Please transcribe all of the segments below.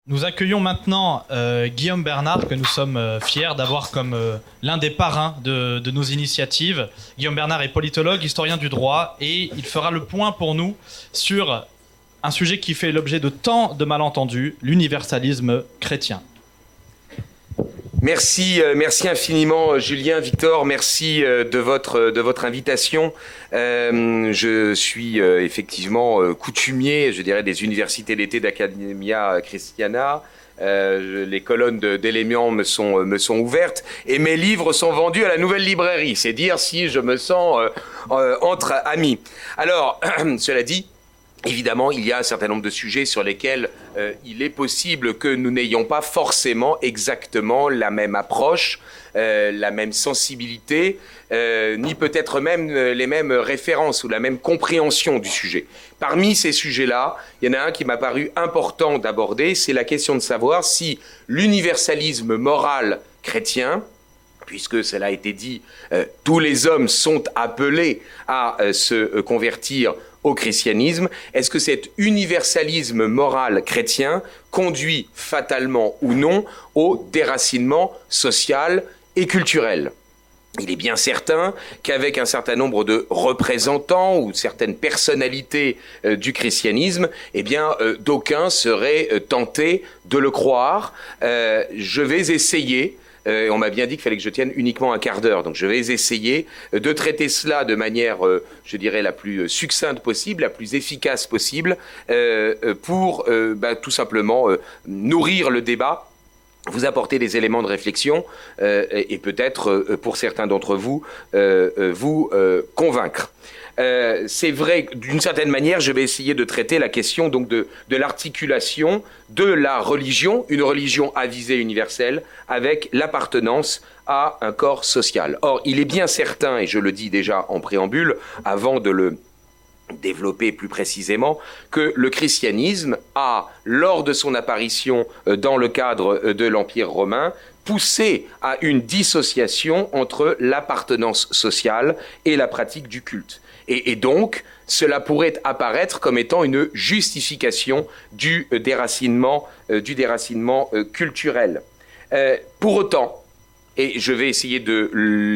Nous accueillons maintenant Guillaume Bernard, que nous sommes fiers d'avoir comme l'un des parrains de nos initiatives. Guillaume Bernard est politologue, historien du droit, et il fera le point pour nous sur un sujet qui fait l'objet de tant de malentendus, l'universalisme chrétien. Merci infiniment Julien, Victor, merci de votre invitation. Je suis effectivement coutumier, je dirais, des universités d'été d'Academia Christiana. Les colonnes d'Élémian me sont ouvertes et mes livres sont vendus à la Nouvelle Librairie. C'est dire si je me sens entre amis. Alors, cela dit, évidemment, il y a un certain nombre de sujets sur lesquels il est possible que nous n'ayons pas forcément exactement la même approche, la même sensibilité, ni peut-être même les mêmes références ou la même compréhension du sujet. Parmi ces sujets-là, il y en a un qui m'a paru important d'aborder, c'est la question de savoir si l'universalisme moral chrétien, puisque cela a été dit, tous les hommes sont appelés à se convertir au christianisme, est-ce que cet universalisme moral chrétien conduit fatalement ou non au déracinement social et culturel ? Il est bien certain qu'avec un certain nombre de représentants ou certaines personnalités du christianisme, eh bien, d'aucuns seraient tentés de le croire. Je vais essayer. On m'a bien dit qu'il fallait que je tienne uniquement un quart d'heure, donc je vais essayer de traiter cela de manière, je dirais, la plus succincte possible, la plus efficace possible, pour tout simplement nourrir le débat, vous apporter des éléments de réflexion et peut-être, pour certains d'entre vous, vous convaincre. C'est vrai, d'une certaine manière, je vais essayer de traiter la question donc de l'articulation de la religion, une religion à visée universelle, avec l'appartenance à un corps social. Or, il est bien certain, et je le dis déjà en préambule, avant de le développer plus précisément, que le christianisme a, lors de son apparition dans le cadre de l'Empire romain, poussé à une dissociation entre l'appartenance sociale et la pratique du culte. Et donc, cela pourrait apparaître comme étant une justification du déracinement culturel. Pour autant, et je vais essayer de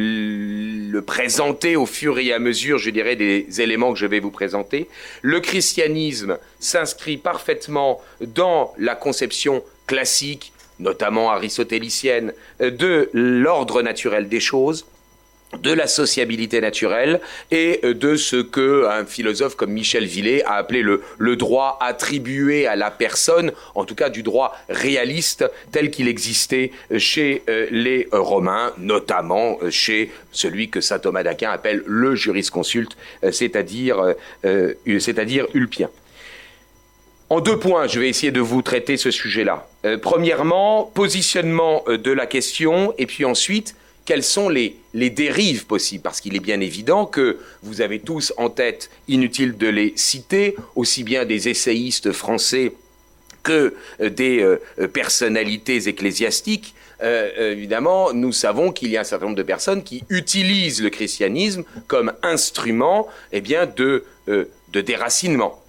le présenter au fur et à mesure, je dirais, des éléments que je vais vous présenter, le christianisme s'inscrit parfaitement dans la conception classique, notamment aristotélicienne, de l'ordre naturel des choses, de la sociabilité naturelle et de ce que un philosophe comme Michel Villet a appelé le droit attribué à la personne, en tout cas du droit réaliste tel qu'il existait chez les Romains, notamment chez celui que saint Thomas d'Aquin appelle le jurisconsulte, c'est-à-dire Ulpien. En 2 points, je vais essayer de vous traiter ce sujet-là. Premièrement, positionnement de la question, et puis ensuite, quelles sont les dérives possibles? Parce qu'il est bien évident que vous avez tous en tête, inutile de les citer, aussi bien des essayistes français que des personnalités ecclésiastiques. Évidemment, nous savons qu'il y a un certain nombre de personnes qui utilisent le christianisme comme instrument de déracinement.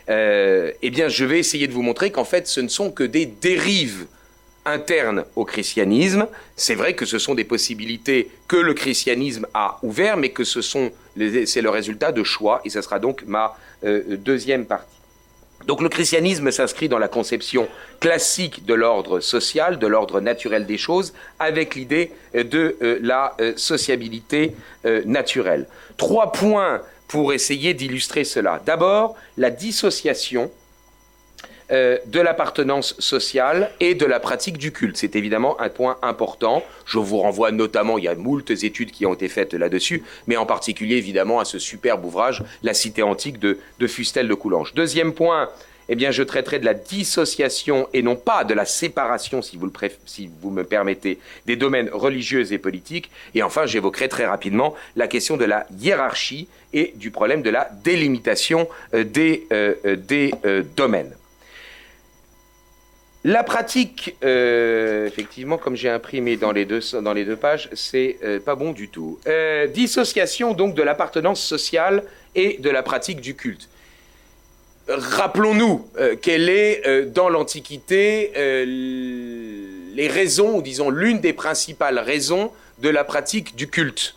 Je vais essayer de vous montrer qu'en fait, ce ne sont que des dérives internes au christianisme. C'est vrai que ce sont des possibilités que le christianisme a ouvertes, mais que c'est le résultat de choix, et ce sera donc ma deuxième partie. Donc le christianisme s'inscrit dans la conception classique de l'ordre social, de l'ordre naturel des choses, avec l'idée de la sociabilité naturelle. 3 points pour essayer d'illustrer cela. D'abord, la dissociation de l'appartenance sociale et de la pratique du culte. C'est évidemment un point important. Je vous renvoie notamment, il y a moultes études qui ont été faites là-dessus, mais en particulier évidemment à ce superbe ouvrage, La Cité antique de Fustel de Coulanges. Deuxième point, je traiterai de la dissociation et non pas de la séparation, si vous me permettez, des domaines religieux et politiques. Et enfin, j'évoquerai très rapidement la question de la hiérarchie et du problème de la délimitation des domaines. La pratique, effectivement, comme j'ai imprimé dans les deux pages, c'est pas bon du tout. Dissociation donc de l'appartenance sociale et de la pratique du culte. rappelons-nous quelle est dans l'Antiquité les raisons, ou disons l'une des principales raisons de la pratique du culte.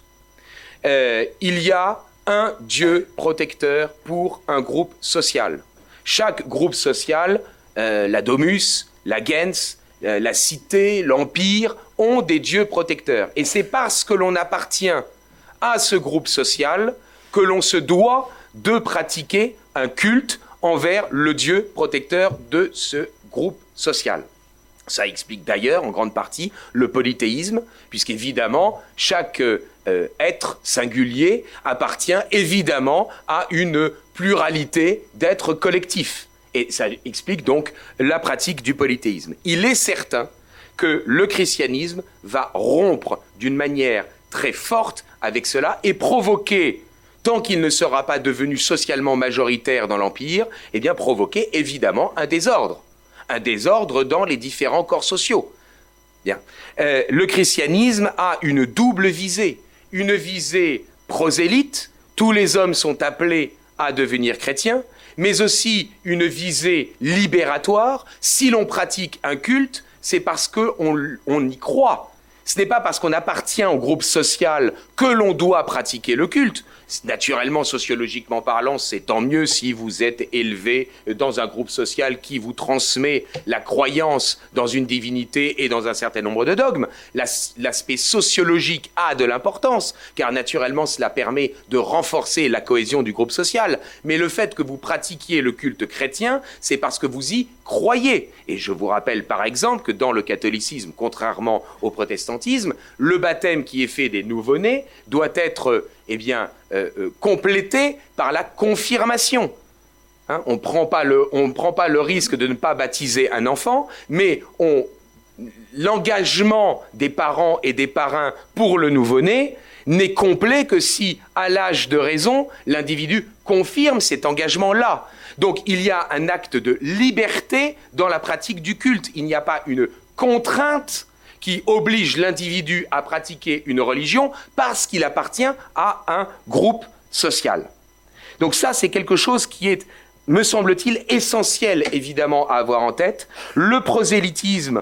Il y a un Dieu protecteur pour un groupe social. Chaque groupe social, la domus, la gens, la cité, l'empire, ont des dieux protecteurs. Et c'est parce que l'on appartient à ce groupe social que l'on se doit de pratiquer un culte envers le Dieu protecteur de ce groupe social. Ça explique d'ailleurs en grande partie le polythéisme, puisqu'évidemment chaque être singulier appartient évidemment à une pluralité d'êtres collectifs. Et ça explique donc la pratique du polythéisme. Il est certain que le christianisme va rompre d'une manière très forte avec cela et provoquer, tant qu'il ne sera pas devenu socialement majoritaire dans l'Empire, eh bien provoquer évidemment un désordre dans les différents corps sociaux. Bien. Le christianisme a une double visée, une visée prosélyte, tous les hommes sont appelés à devenir chrétiens, mais aussi une visée libératoire. Si l'on pratique un culte, c'est parce qu'on y croit. Ce n'est pas parce qu'on appartient au groupe social que l'on doit pratiquer le culte. Naturellement, sociologiquement parlant, c'est tant mieux si vous êtes élevé dans un groupe social qui vous transmet la croyance dans une divinité et dans un certain nombre de dogmes. L'aspect sociologique a de l'importance, car naturellement, cela permet de renforcer la cohésion du groupe social. Mais le fait que vous pratiquiez le culte chrétien, c'est parce que vous y croyez. Et je vous rappelle par exemple que dans le catholicisme, contrairement au protestantisme, le baptême qui est fait des nouveau-nés doit être complété par la confirmation. Hein, on ne prend pas le risque de ne pas baptiser un enfant, mais l'engagement des parents et des parrains pour le nouveau-né n'est complet que si, à l'âge de raison, l'individu confirme cet engagement-là. Donc il y a un acte de liberté dans la pratique du culte. Il n'y a pas une contrainte qui oblige l'individu à pratiquer une religion parce qu'il appartient à un groupe social. Donc ça, c'est quelque chose qui est, me semble-t-il, essentiel évidemment à avoir en tête. Le prosélytisme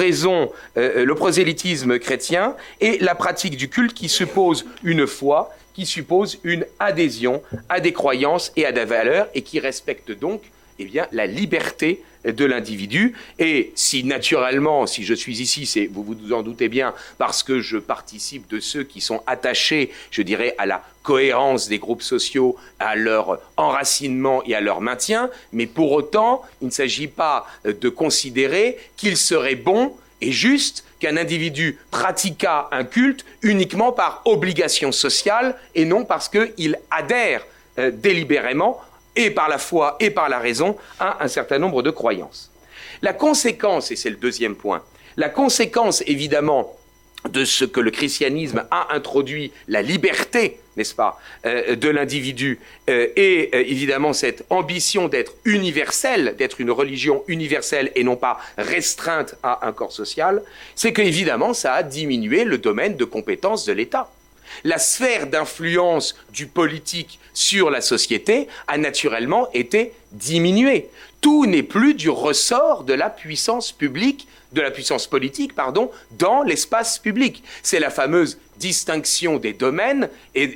le prosélytisme chrétien et la pratique du culte qui suppose une foi, qui suppose une adhésion à des croyances et à des valeurs et qui respecte donc la liberté de l'individu. Et si naturellement, si je suis ici, c'est, vous vous en doutez bien, parce que je participe de ceux qui sont attachés, je dirais, à la cohérence des groupes sociaux, à leur enracinement et à leur maintien, mais pour autant, il ne s'agit pas de considérer qu'il serait bon et juste qu'un individu pratiquât un culte uniquement par obligation sociale et non parce qu'il adhère délibérément et par la foi et par la raison, à un certain nombre de croyances. La conséquence, et c'est le deuxième point, la conséquence évidemment de ce que le christianisme a introduit, la liberté, n'est-ce pas, de l'individu, et évidemment cette ambition d'être universelle, d'être une religion universelle et non pas restreinte à un corps social, c'est qu'évidemment ça a diminué le domaine de compétence de l'État. La sphère d'influence du politique sur la société a naturellement été diminuée. Tout n'est plus du ressort de la puissance publique, de la puissance politique, dans l'espace public. C'est la fameuse distinction des domaines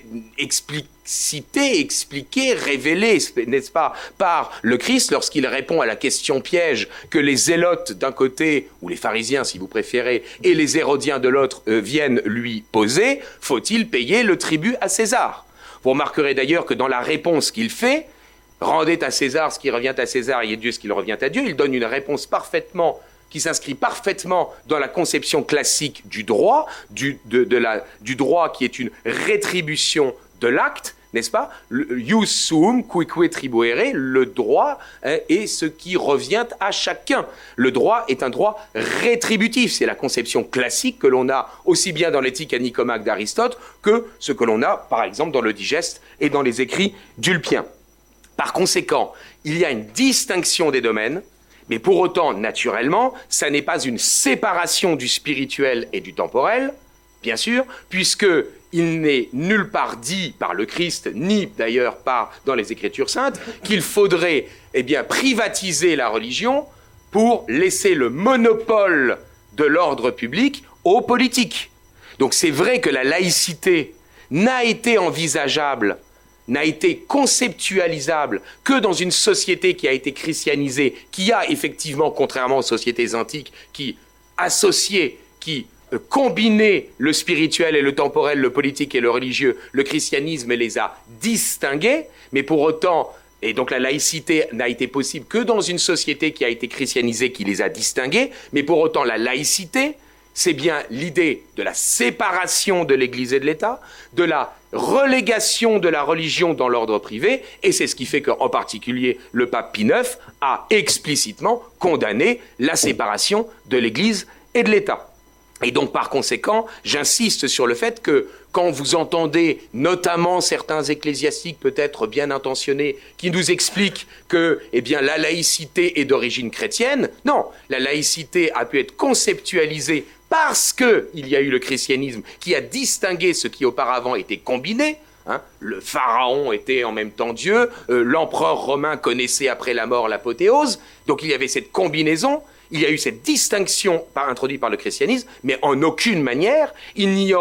expliquée, révélée, n'est-ce pas, par le Christ lorsqu'il répond à la question piège que les zélotes d'un côté, ou les pharisiens si vous préférez, et les hérodiens de l'autre viennent lui poser, faut-il payer le tribut à César? Vous remarquerez d'ailleurs que dans la réponse qu'il fait, rendez à César ce qui revient à César et à Dieu ce qui revient à Dieu, il donne une réponse qui s'inscrit parfaitement dans la conception classique du droit, du droit qui est une rétribution de l'acte, n'est-ce pas? Ius suum cuique tribuere, le droit est ce qui revient à chacun. Le droit est un droit rétributif, c'est la conception classique que l'on a aussi bien dans l'éthique à Nicomaque d'Aristote que ce que l'on a par exemple dans le Digeste et dans les écrits d'Ulpien. Par conséquent, il y a une distinction des domaines, mais pour autant, naturellement, ça n'est pas une séparation du spirituel et du temporel, bien sûr, puisqu'il n'est nulle part dit par le Christ, ni d'ailleurs dans les Écritures saintes, qu'il faudrait privatiser la religion pour laisser le monopole de l'ordre public aux politiques. Donc c'est vrai que la laïcité n'a été envisageable, n'a été conceptualisable que dans une société qui a été christianisée, qui a effectivement, contrairement aux sociétés antiques, qui associait, qui combinait le spirituel et le temporel, le politique et le religieux, le christianisme les a distingués, mais pour autant, et donc la laïcité n'a été possible que dans une société qui a été christianisée, qui les a distingués, mais pour autant la laïcité, c'est bien l'idée de la séparation de l'Église et de l'État, de la relégation de la religion dans l'ordre privé, et c'est ce qui fait qu'en particulier le pape Pie IX a explicitement condamné la séparation de l'Église et de l'État. Et donc, par conséquent, j'insiste sur le fait que quand vous entendez notamment certains ecclésiastiques peut-être bien intentionnés qui nous expliquent que la laïcité est d'origine chrétienne, non, la laïcité a pu être conceptualisée parce qu'il y a eu le christianisme qui a distingué ce qui auparavant était combiné. Le pharaon était en même temps Dieu, l'empereur romain connaissait après la mort l'apothéose, donc il y avait cette combinaison. Il y a eu cette distinction introduite par le christianisme, mais en aucune manière, il n'y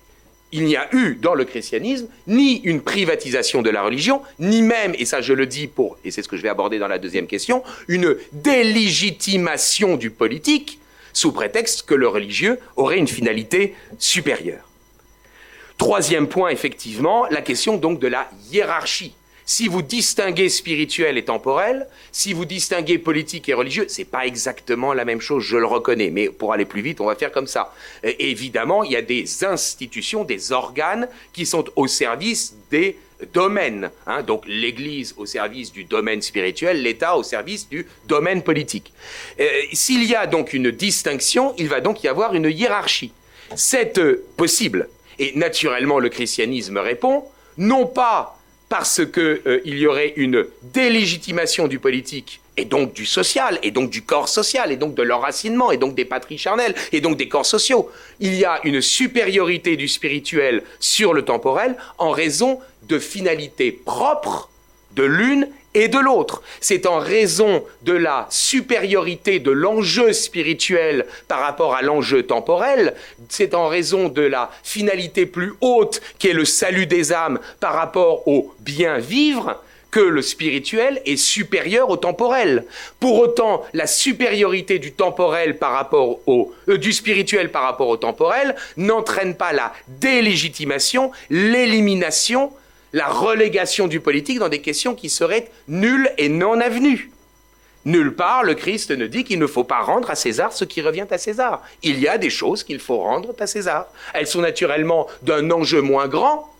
a eu dans le christianisme ni une privatisation de la religion, ni même, et ça je le dis et c'est ce que je vais aborder dans la deuxième question, une délégitimation du politique sous prétexte que le religieux aurait une finalité supérieure. Troisième point, effectivement, la question donc de la hiérarchie. Si vous distinguez spirituel et temporel, si vous distinguez politique et religieux, c'est pas exactement la même chose, je le reconnais, mais pour aller plus vite, on va faire comme ça. Et évidemment, il y a des institutions, des organes qui sont au service des domaines. Donc l'Église au service du domaine spirituel, l'État au service du domaine politique. S'il y a donc une distinction, il va donc y avoir une hiérarchie. C'est possible. Et naturellement, le christianisme répond, non pas parce qu'il y aurait une délégitimation du politique, et donc du social, et donc du corps social, et donc de l'enracinement, et donc des patries charnelles, et donc des corps sociaux. Il y a une supériorité du spirituel sur le temporel en raison de finalités propres de l'une et de l'autre. C'est en raison de la supériorité de l'enjeu spirituel par rapport à l'enjeu temporel, c'est en raison de la finalité plus haute qui est le salut des âmes par rapport au bien vivre que le spirituel est supérieur au temporel. Pour autant, la supériorité du temporel du spirituel par rapport au temporel n'entraîne pas la délégitimation, l'élimination, la relégation du politique dans des questions qui seraient nulles et non avenues. Nulle part, le Christ ne dit qu'il ne faut pas rendre à César ce qui revient à César. Il y a des choses qu'il faut rendre à César. Elles sont naturellement d'un enjeu moins grand.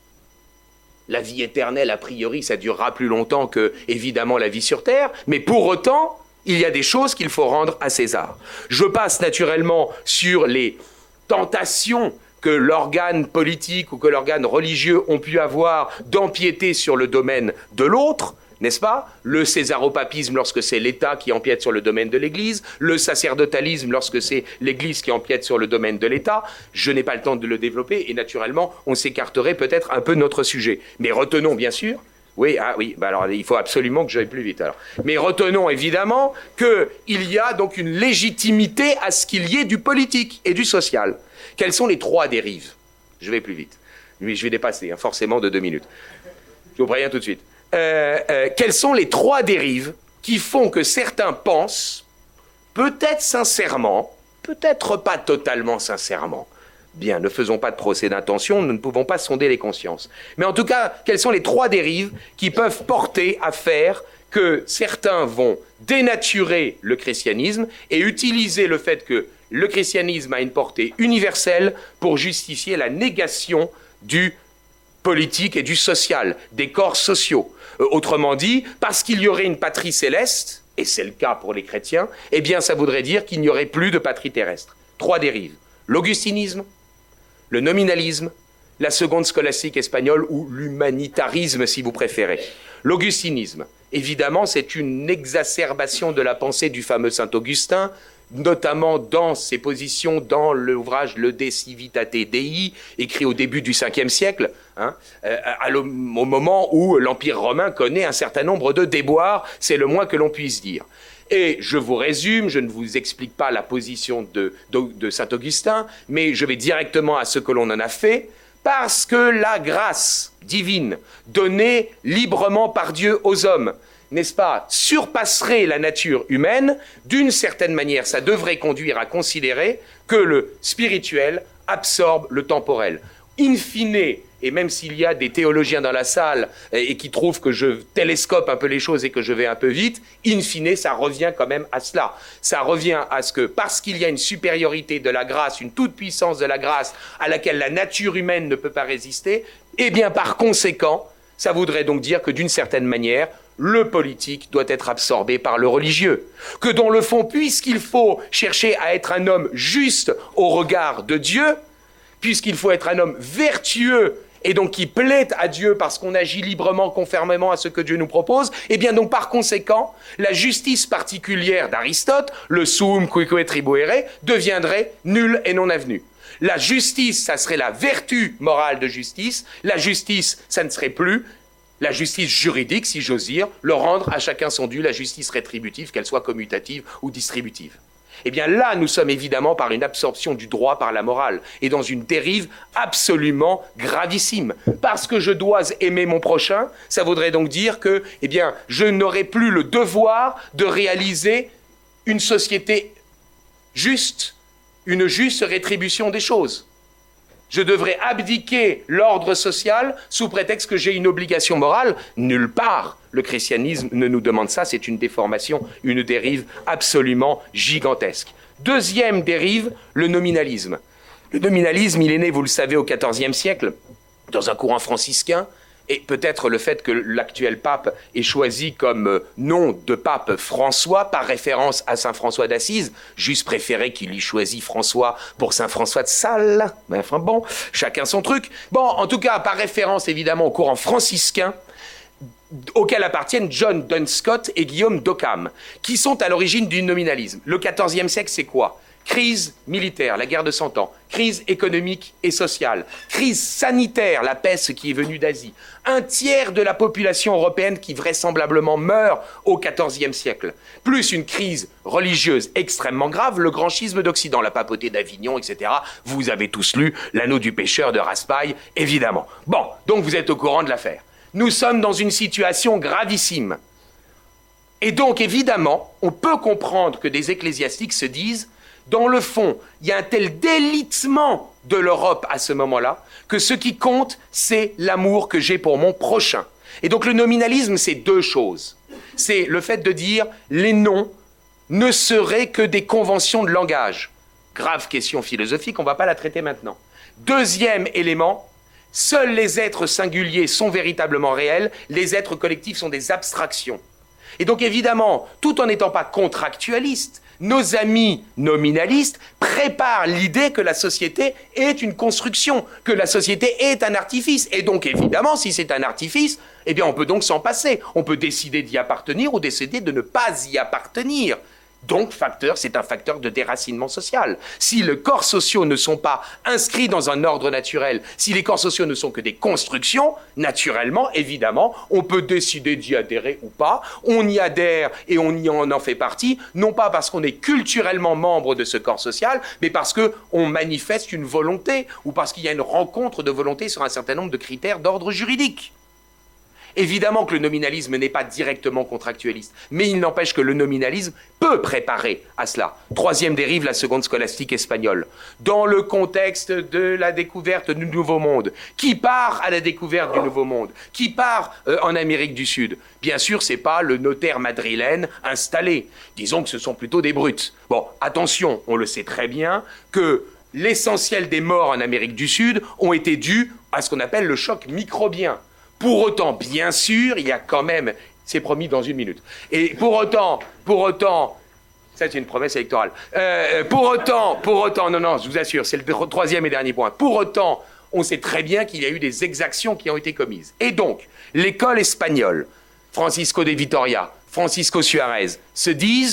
La vie éternelle, a priori, ça durera plus longtemps que, évidemment, la vie sur Terre, mais pour autant, il y a des choses qu'il faut rendre à César. Je passe naturellement sur les tentations que l'organe politique ou que l'organe religieux ont pu avoir d'empiéter sur le domaine de l'autre, n'est-ce pas? Le césaropapisme lorsque c'est l'État qui empiète sur le domaine de l'Église, le sacerdotalisme lorsque c'est l'Église qui empiète sur le domaine de l'État. Je n'ai pas le temps de le développer et naturellement, on s'écarterait peut-être un peu de notre sujet. Mais retenons bien sûr, alors il faut absolument que j'aille plus vite alors. Mais retenons évidemment qu'il y a donc une légitimité à ce qu'il y ait du politique et du social. Quelles sont les trois dérives? Je vais plus vite. Je vais dépasser, forcément, de 2 minutes. Je vous préviens tout de suite. Quelles sont les trois dérives qui font que certains pensent, peut-être sincèrement, peut-être pas totalement sincèrement, bien, ne faisons pas de procès d'intention, nous ne pouvons pas sonder les consciences. Mais en tout cas, quelles sont les trois dérives qui peuvent porter à faire que certains vont dénaturer le christianisme et utiliser le fait que le christianisme a une portée universelle pour justifier la négation du politique et du social, des corps sociaux. Autrement dit, parce qu'il y aurait une patrie céleste, et c'est le cas pour les chrétiens, eh bien ça voudrait dire qu'il n'y aurait plus de patrie terrestre. Trois dérives. L'augustinisme, le nominalisme, la seconde scolastique espagnole ou l'humanitarisme si vous préférez. L'augustinisme, évidemment, c'est une exacerbation de la pensée du fameux Saint Augustin. notamment dans ses positions dans l'ouvrage Le De Civitate Dei, écrit au début du 5e siècle, au moment où l'Empire romain connaît un certain nombre de déboires, c'est le moins que l'on puisse dire. Et je vous résume, je ne vous explique pas la position de saint Augustin, mais je vais directement à ce que l'on en a fait, parce que la grâce divine donnée librement par Dieu aux hommes, n'est-ce pas, surpasserait la nature humaine, d'une certaine manière, ça devrait conduire à considérer que le spirituel absorbe le temporel. In fine, et même s'il y a des théologiens dans la salle et qui trouvent que je télescope un peu les choses et que je vais un peu vite, in fine, ça revient quand même à cela. Ça revient à ce que, parce qu'il y a une supériorité de la grâce, une toute-puissance de la grâce à laquelle la nature humaine ne peut pas résister, eh bien, par conséquent, ça voudrait donc dire que, d'une certaine manière, le politique doit être absorbé par le religieux. Que dans le fond, puisqu'il faut chercher à être un homme juste au regard de Dieu, puisqu'il faut être un homme vertueux et donc qui plaît à Dieu parce qu'on agit librement, conformément à ce que Dieu nous propose, et bien donc par conséquent, la justice particulière d'Aristote, le suum cuique tribuere, deviendrait nulle et non avenue. La justice, ça serait la vertu morale de justice. La justice, ça ne serait plus la justice juridique, si j'ose dire, le rendre à chacun son dû, la justice rétributive, qu'elle soit commutative ou distributive. Eh bien là, nous sommes évidemment par une absorption du droit par la morale et dans une dérive absolument gravissime. Parce que je dois aimer mon prochain, ça voudrait donc dire que, eh bien, je n'aurai plus le devoir de réaliser une société juste, une juste rétribution des choses. Je devrais abdiquer l'ordre social sous prétexte que j'ai une obligation morale. Nulle part le christianisme ne nous demande ça, c'est une déformation, une dérive absolument gigantesque. Deuxième dérive, le nominalisme. Le nominalisme, il est né, vous le savez, au XIVe siècle, dans un courant franciscain, et peut-être le fait que l'actuel pape ait choisi comme nom de pape François par référence à saint François d'Assise, j'eusse préféré qu'il ait choisi François pour saint François de Sales. Mais enfin bon, chacun son truc. Bon, en tout cas, par référence évidemment au courant franciscain, auquel appartiennent John Dunscott et Guillaume d'Occam, qui sont à l'origine du nominalisme. Le XIVe siècle, c'est quoi ? Crise militaire, la guerre de 100 ans, crise économique et sociale, crise sanitaire, la peste qui est venue d'Asie, un tiers de la population européenne qui vraisemblablement meurt au XIVe siècle, plus une crise religieuse extrêmement grave, le grand schisme d'Occident, la papauté d'Avignon, etc. Vous avez tous lu L'anneau du pêcheur de Raspail, évidemment. Bon, donc vous êtes au courant de l'affaire. Nous sommes dans une situation gravissime. Et donc, évidemment, on peut comprendre que des ecclésiastiques se disent dans le fond, il y a un tel délitement de l'Europe à ce moment-là que ce qui compte, c'est l'amour que j'ai pour mon prochain. Et donc le nominalisme, c'est deux choses. C'est le fait de dire les noms ne seraient que des conventions de langage. Grave question philosophique, on ne va pas la traiter maintenant. Deuxième élément, seuls les êtres singuliers sont véritablement réels, les êtres collectifs sont des abstractions. Et donc évidemment, tout en n'étant pas contractualistes, nos amis nominalistes préparent l'idée que la société est une construction, que la société est un artifice. Et donc, évidemment, si c'est un artifice, eh bien, on peut donc s'en passer. On peut décider d'y appartenir ou décider de ne pas y appartenir. Donc, c'est un facteur de déracinement social. Si les corps sociaux ne sont pas inscrits dans un ordre naturel, si les corps sociaux ne sont que des constructions, naturellement, évidemment, on peut décider d'y adhérer ou pas. On y adhère et on en fait partie, non pas parce qu'on est culturellement membre de ce corps social, mais parce qu'on manifeste une volonté ou parce qu'il y a une rencontre de volonté sur un certain nombre de critères d'ordre juridique. Évidemment que le nominalisme n'est pas directement contractualiste, mais il n'empêche que le nominalisme peut préparer à cela. Troisième dérive, la seconde scolastique espagnole. Dans le contexte de la découverte du Nouveau Monde, qui part à la découverte du Nouveau Monde, qui part en Amérique du Sud, bien sûr, c'est pas le notaire madrilène installé. Disons que ce sont plutôt des brutes. Bon, attention, on le sait très bien que l'essentiel des morts en Amérique du Sud ont été dus à ce qu'on appelle le choc microbien. Pour autant, bien sûr, il y a quand même... C'est promis dans une minute. Et pour autant... Ça, c'est une promesse électorale. Pour autant... Non, je vous assure, c'est le troisième et dernier point. Pour autant, on sait très bien qu'il y a eu des exactions qui ont été commises. Et donc, l'école espagnole, Francisco de Vitoria, Francisco Suarez, se disent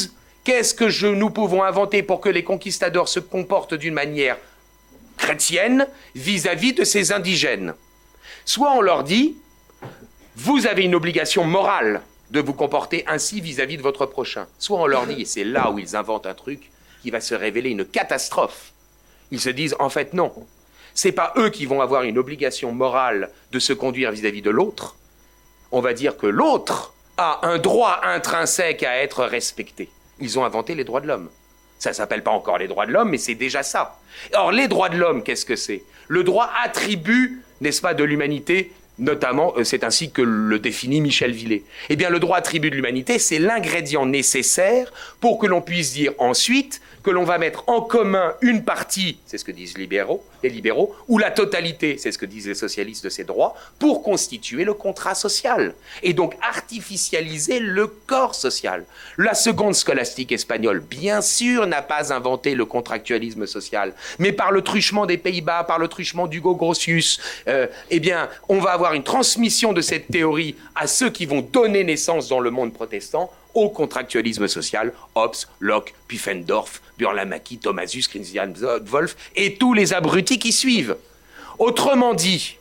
Qu'est-ce que nous pouvons inventer pour que les conquistadors se comportent d'une manière chrétienne vis-à-vis de ces indigènes? Soit on leur dit, vous avez une obligation morale de vous comporter ainsi vis-à-vis de votre prochain. Soit on leur dit, et c'est là où ils inventent un truc qui va se révéler une catastrophe. Ils se disent, en fait, non. Ce n'est pas eux qui vont avoir une obligation morale de se conduire vis-à-vis de l'autre. On va dire que l'autre a un droit intrinsèque à être respecté. Ils ont inventé les droits de l'homme. Ça ne s'appelle pas encore les droits de l'homme, mais c'est déjà ça. Or, les droits de l'homme, qu'est-ce que c'est? Le droit attribut, n'est-ce pas, de l'humanité, notamment, c'est ainsi que le définit Michel Villet. Eh bien, le droit attribut de l'humanité, c'est l'ingrédient nécessaire pour que l'on puisse dire ensuite que l'on va mettre en commun une partie, c'est ce que disent les libéraux, ou la totalité, c'est ce que disent les socialistes de ces droits, pour constituer le contrat social, et donc artificialiser le corps social. La seconde scolastique espagnole, bien sûr, n'a pas inventé le contractualisme social, mais par le truchement des Pays-Bas, par le truchement d'Hugo Grotius, eh bien, on va avoir une transmission de cette théorie à ceux qui vont donner naissance dans le monde protestant au contractualisme social, Hobbes, Locke, Pufendorf, Burlamaqui, Thomasius, Christian Wolff et tous les abrutis qui suivent. Autrement dit,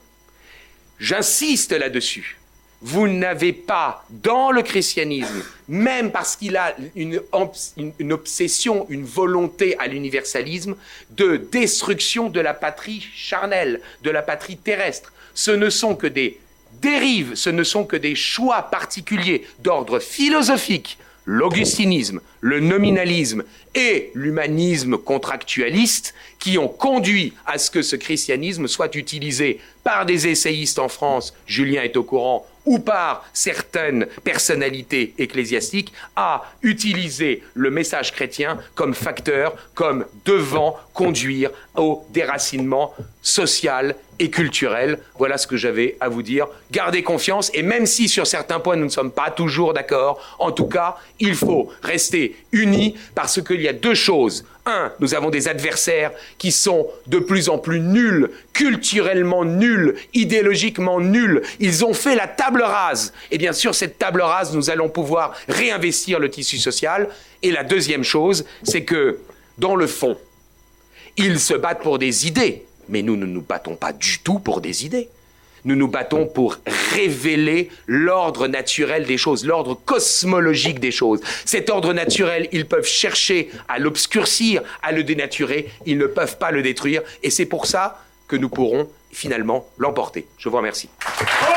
j'insiste là-dessus, vous n'avez pas dans le christianisme, même parce qu'il a une obsession, une volonté à l'universalisme, de destruction de la patrie charnelle, de la patrie terrestre. Ce ne sont que des dérives, ce ne sont que des choix particuliers d'ordre philosophique, l'augustinisme, le nominalisme et l'humanisme contractualiste qui ont conduit à ce que ce christianisme soit utilisé par des essayistes en France, Julien est au courant, ou par certaines personnalités ecclésiastiques, à utiliser le message chrétien comme facteur, comme devant conduire au déracinement social et culturel. Voilà ce que j'avais à vous dire. Gardez confiance, et même si sur certains points nous ne sommes pas toujours d'accord, en tout cas, il faut rester unis parce qu'il y a deux choses. Un, nous avons des adversaires qui sont de plus en plus nuls, culturellement nuls, idéologiquement nuls. Ils ont fait la table rase. Et bien sûr, cette table rase, nous allons pouvoir réinvestir le tissu social. Et la deuxième chose, c'est que, dans le fond, ils se battent pour des idées. Mais nous ne nous battons pas du tout pour des idées. Nous nous battons pour révéler l'ordre naturel des choses, l'ordre cosmologique des choses. Cet ordre naturel, ils peuvent chercher à l'obscurcir, à le dénaturer, ils ne peuvent pas le détruire. Et c'est pour ça que nous pourrons finalement l'emporter. Je vous remercie.